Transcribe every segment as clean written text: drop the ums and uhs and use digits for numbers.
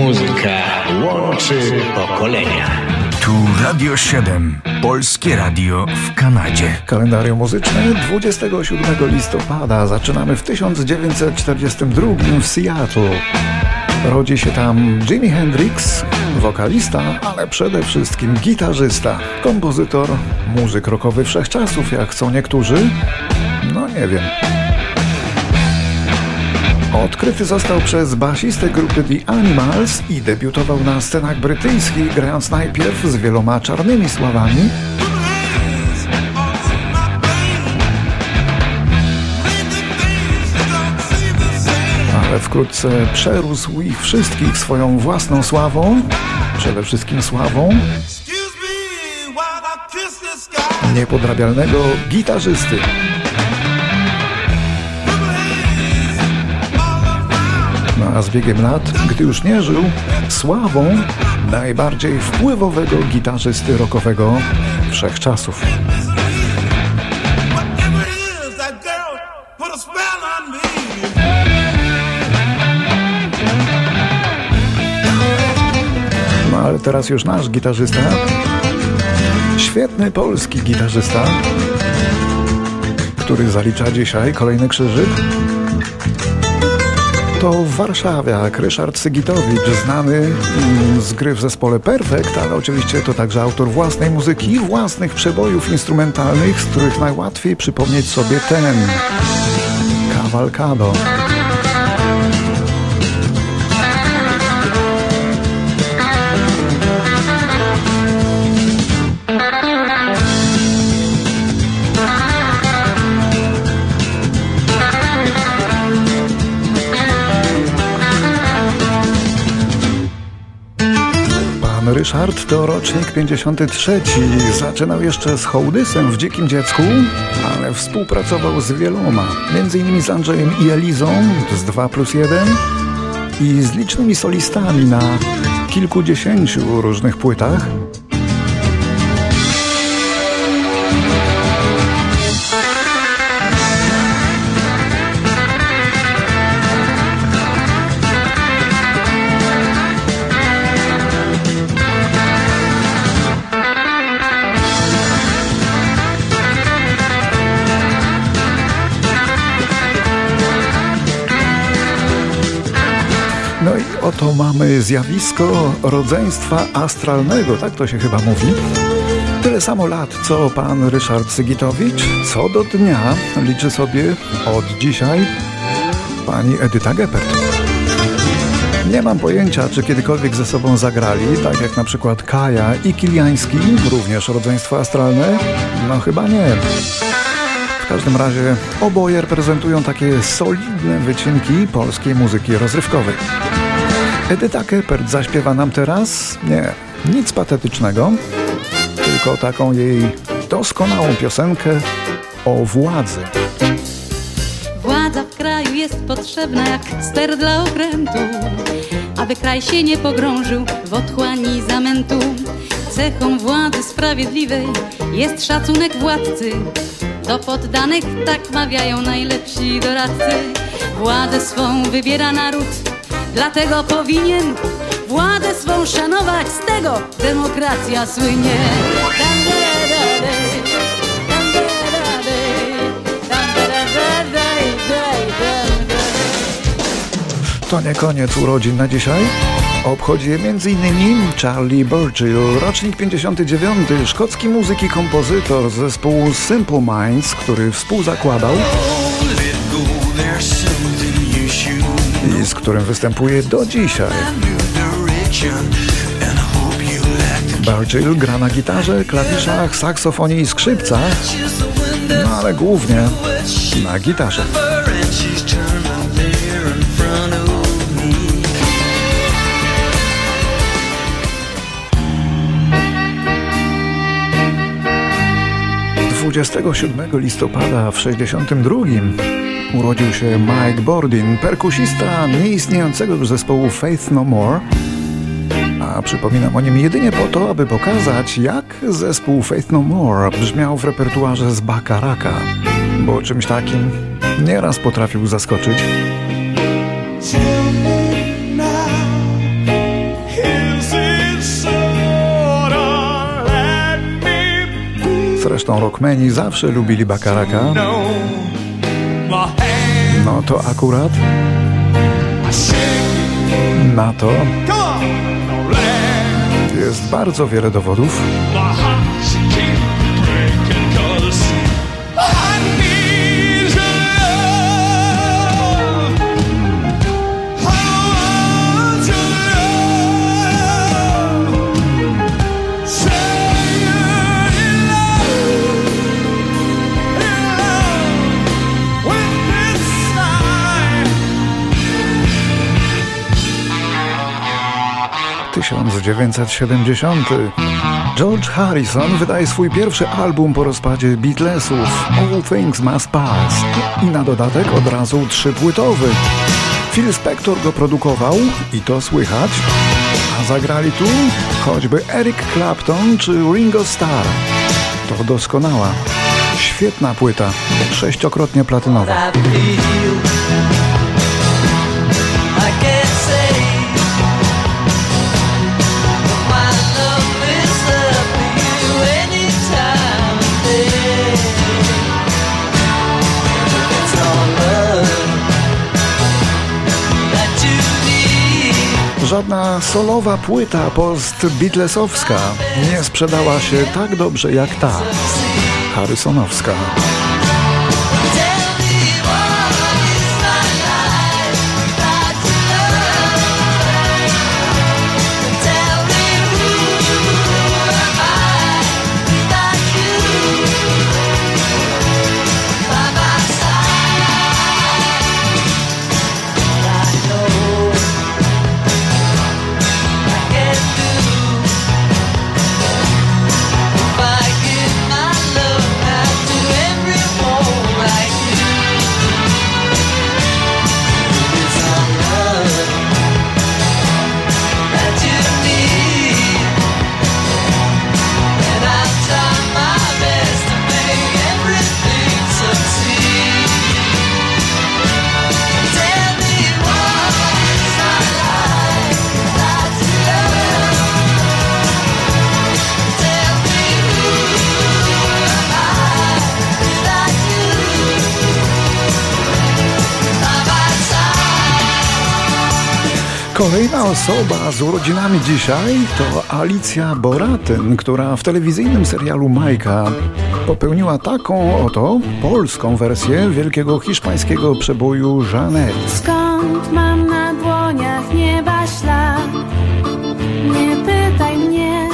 Muzyka łączy pokolenia. Tu Radio 7, Polskie Radio w Kanadzie. Kalendarium muzyczne 27 listopada. Zaczynamy w 1942 w Seattle. Rodzi się tam Jimi Hendrix, wokalista, ale przede wszystkim gitarzysta, kompozytor, muzyk rockowy wszechczasów, jak chcą niektórzy. No nie wiem. Odkryty został przez basistę grupy The Animals i debiutował na scenach brytyjskich, grając najpierw z wieloma czarnymi sławami, ale wkrótce przerósł ich wszystkich swoją własną sławą, przede wszystkim sławą niepodrabialnego gitarzysty. A z biegiem lat, gdy już nie żył, sławą najbardziej wpływowego gitarzysty rockowego wszechczasów. No ale teraz już nasz gitarzysta, świetny polski gitarzysta, który zalicza dzisiaj kolejny krzyżyk. To warszawiak Ryszard Sygitowicz, znany z gry w zespole Perfekt, ale oczywiście to także autor własnej muzyki i własnych przebojów instrumentalnych, z których najłatwiej przypomnieć sobie ten Cavalcado. Ryszard to rocznik 53. Zaczynał jeszcze z Hołdysem w Dzikim Dziecku, ale współpracował z wieloma, m.in. z Andrzejem i Elizą z 2+1 i z licznymi solistami na kilkudziesięciu różnych płytach. No i oto mamy zjawisko rodzeństwa astralnego, tak to się chyba mówi. Tyle samo lat, co pan Ryszard Sygitowicz, co do dnia liczy sobie od dzisiaj pani Edyta Geppert. Nie mam pojęcia, czy kiedykolwiek ze sobą zagrali, tak jak na przykład Kaja i Kiliański, również rodzeństwo astralne. No chyba nie. W każdym razie oboje reprezentują takie solidne wycinki polskiej muzyki rozrywkowej. Edyta Geppert zaśpiewa nam teraz, nie, nic patetycznego, tylko taką jej doskonałą piosenkę o władzy. Władza w kraju jest potrzebna jak ster dla okrętu, aby kraj się nie pogrążył w otchłani zamętu. Cechą władzy sprawiedliwej jest szacunek władcy. Do poddanych tak mawiają najlepsi doradcy. Władzę swą wybiera naród, dlatego powinien władzę swą szanować, z tego demokracja słynie. To nie koniec urodzin na dzisiaj. Obchodzi je m.in. Charlie Burchill, rocznik 59, szkocki muzyk i kompozytor z zespołu Simple Minds, który współzakładał i z którym występuje do dzisiaj. Burchill gra na gitarze, klawiszach, saksofonie i skrzypcach, no ale głównie na gitarze. Dwudziestego 7 listopada w 62 urodził się Mike Bordin, perkusista nieistniejącego już zespołu Faith No More. A przypominam o nim jedynie po to, aby pokazać, jak zespół Faith No More brzmiał w repertuarze z Bacharaka, bo czymś takim nieraz potrafił zaskoczyć. Zresztą rockmeni zawsze lubili Bacharaka. No to akurat na to jest bardzo wiele dowodów. W 1970 George Harrison wydaje swój pierwszy album po rozpadzie Beatlesów, All Things Must Pass, i na dodatek od razu 3-płytowy. Phil Spector go produkował i to słychać, a zagrali tu choćby Eric Clapton czy Ringo Starr. To doskonała, świetna płyta, 6-krotnie platynowa. Żadna solowa płyta post-beatlesowska nie sprzedała się tak dobrze jak ta Harrisonowska. Kolejna osoba z urodzinami dzisiaj to Alicja Boratyn, która w telewizyjnym serialu Majka popełniła taką oto polską wersję wielkiego hiszpańskiego przeboju Jeanette. Skąd mam na dłoniach nieba ślad? Nie pytaj mnie,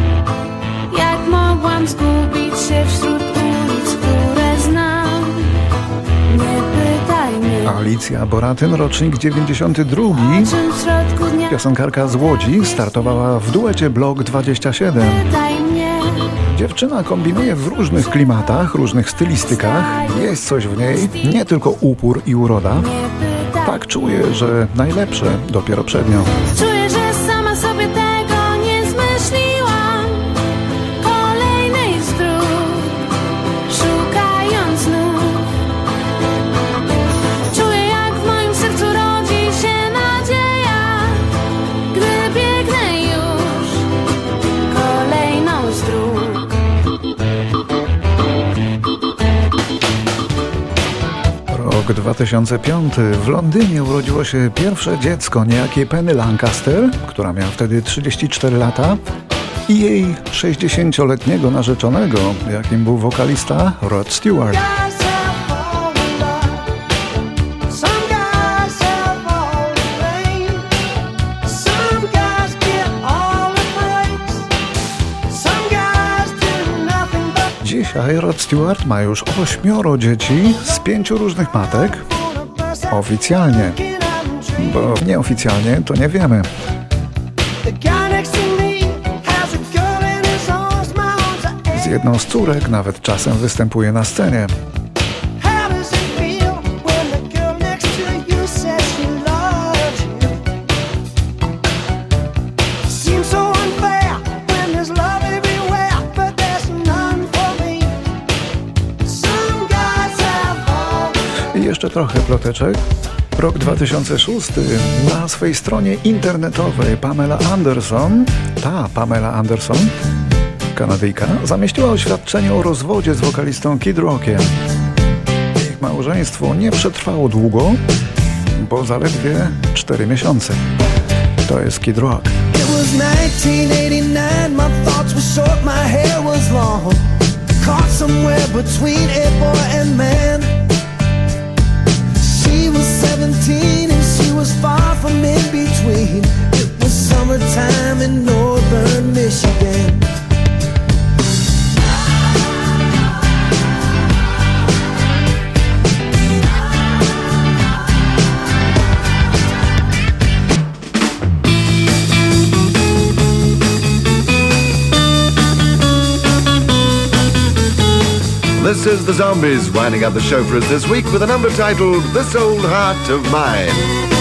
jak mogłam zgubić się wśród ulic, które znam. Nie pytaj mnie. Alicja Boratyn, rocznik 92. Piosenkarka z Łodzi, startowała w duecie Blok 27. Dziewczyna kombinuje w różnych klimatach, różnych stylistykach. Jest coś w niej, nie tylko upór i uroda. Tak czuję, że najlepsze dopiero przed nią. Czuję, że sama sobie tego nie zmyśliłam. Kolejnej z dróg, szukając znów. Czuję, jak w moim sercu rodzi się nadzieja, gdy biegnę już kolejną z dróg. Rok 2005. W Londynie urodziło się pierwsze dziecko niejakiej Penny Lancaster, która miała wtedy 34 lata, i jej 60-letniego narzeczonego, jakim był wokalista Rod Stewart. Dzisiaj Rod Stewart ma już 8 dzieci z 5 różnych matek. Oficjalnie, bo nieoficjalnie to nie wiemy. Z jedną z córek nawet czasem występuje na scenie. I jeszcze trochę ploteczek. Rok 2006. Na swej stronie internetowej Pamela Anderson Kanadyjka, zamieściła oświadczenie o rozwodzie z wokalistą Kid Rockiem. Ich małżeństwo nie przetrwało długo, bo zaledwie 4 miesiące. To jest Kid Rock. It was 1989, my thoughts were short, my hair was long. Caught somewhere between a boy and man. She was 17 and she was far from in between. It was summertime in northern Michigan. This is the Zombies winding up the show for us this week with a number titled This Old Heart of Mine.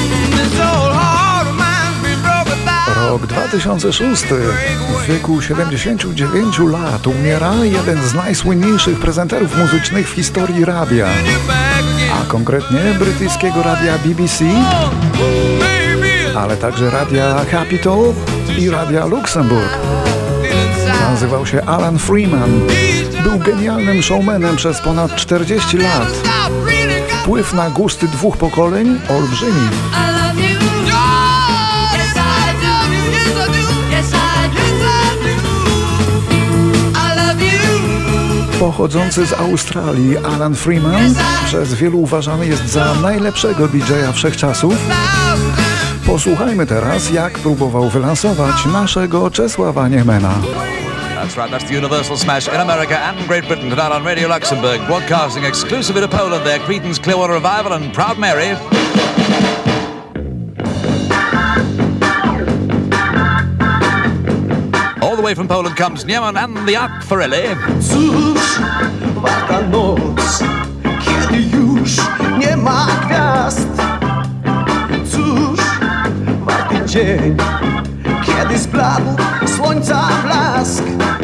Rok 2006. W wieku 79 lat umiera jeden z najsłynniejszych prezenterów muzycznych w historii radia, a konkretnie brytyjskiego radia BBC, ale także radia Capital i radia Luxemburg. Nazywał się Alan Freeman. Był genialnym showmanem przez ponad 40 lat. Wpływ na gusty 2 pokoleń olbrzymi. Pochodzący z Australii, Alan Freeman przez wielu uważany jest za najlepszego DJ-a wszechczasów. Posłuchajmy teraz, jak próbował wylansować naszego Czesława Niemena. That's right, that's the universal smash in America and Great Britain tonight on Radio Luxembourg, broadcasting exclusively to Poland there, Creedence Clearwater Revival and Proud Mary. All the way from Poland comes Niemann and the Akwarelli. Cóż, warta noc, kiedy już nie ma gwiazd. Cóż, warty dzień, kiedy zbladł słońca blask.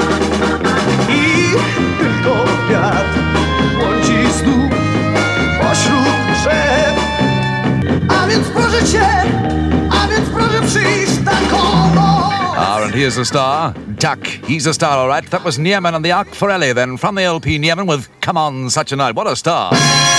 I tylko wiatr błądzi znów pośród drzew. A więc proszę przyjść taką noc. And here's the star, Tuck. He's a star, all right. That was Niemann and the Akwarelli then from the LP Niemann with Come On Such a Night. What a star.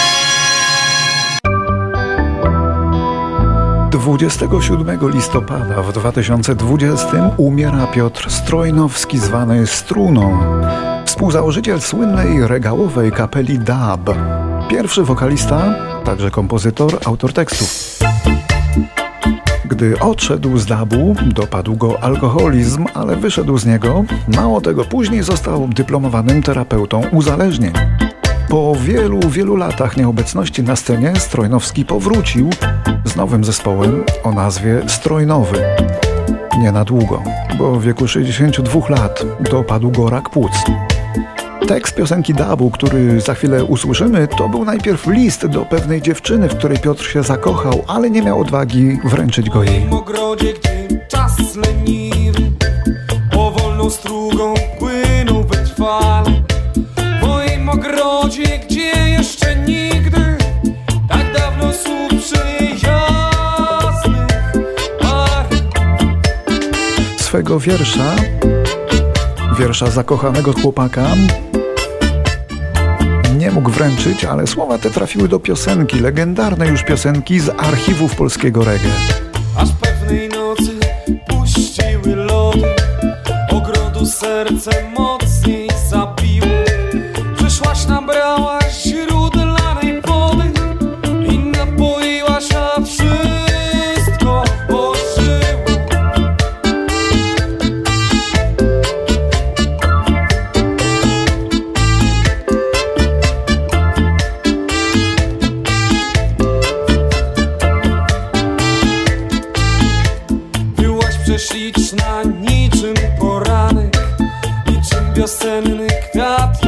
27 listopada w 2020 umiera Piotr Strojnowski, zwany Struną, współzałożyciel słynnej regałowej kapeli DAB. Pierwszy wokalista, także kompozytor, autor tekstów. Gdy odszedł z DAB-u, dopadł go alkoholizm, ale wyszedł z niego. Mało tego, później został dyplomowanym terapeutą uzależnień. Po wielu latach nieobecności na scenie Strojnowski powrócił z nowym zespołem o nazwie Strojnowy. Nie na długo, bo w wieku 62 lat dopadł go rak płuc. Tekst piosenki DAB-u, który za chwilę usłyszymy, to był najpierw list do pewnej dziewczyny, w której Piotr się zakochał, ale nie miał odwagi wręczyć go jej. W ogrodzie, gdzie czas leniwy powolną strugą płynął wytrwale. W moim ogrodzie, gdzie jeszcze nigdy tak dawno słów przyjaznych par. Swego wiersza zakochanego chłopaka nie mógł wręczyć, ale słowa te trafiły do piosenki, legendarnej już piosenki z archiwów polskiego reggae. Aż pewnej nocy puściły lody, ogrodu serce mocniej zabiło. Przyszłaś, nabrałaś źródlanej wody i napoiłaś, a wszystko ożyło. Prześliczna niczym poranek, niczym wiosenny kwiat.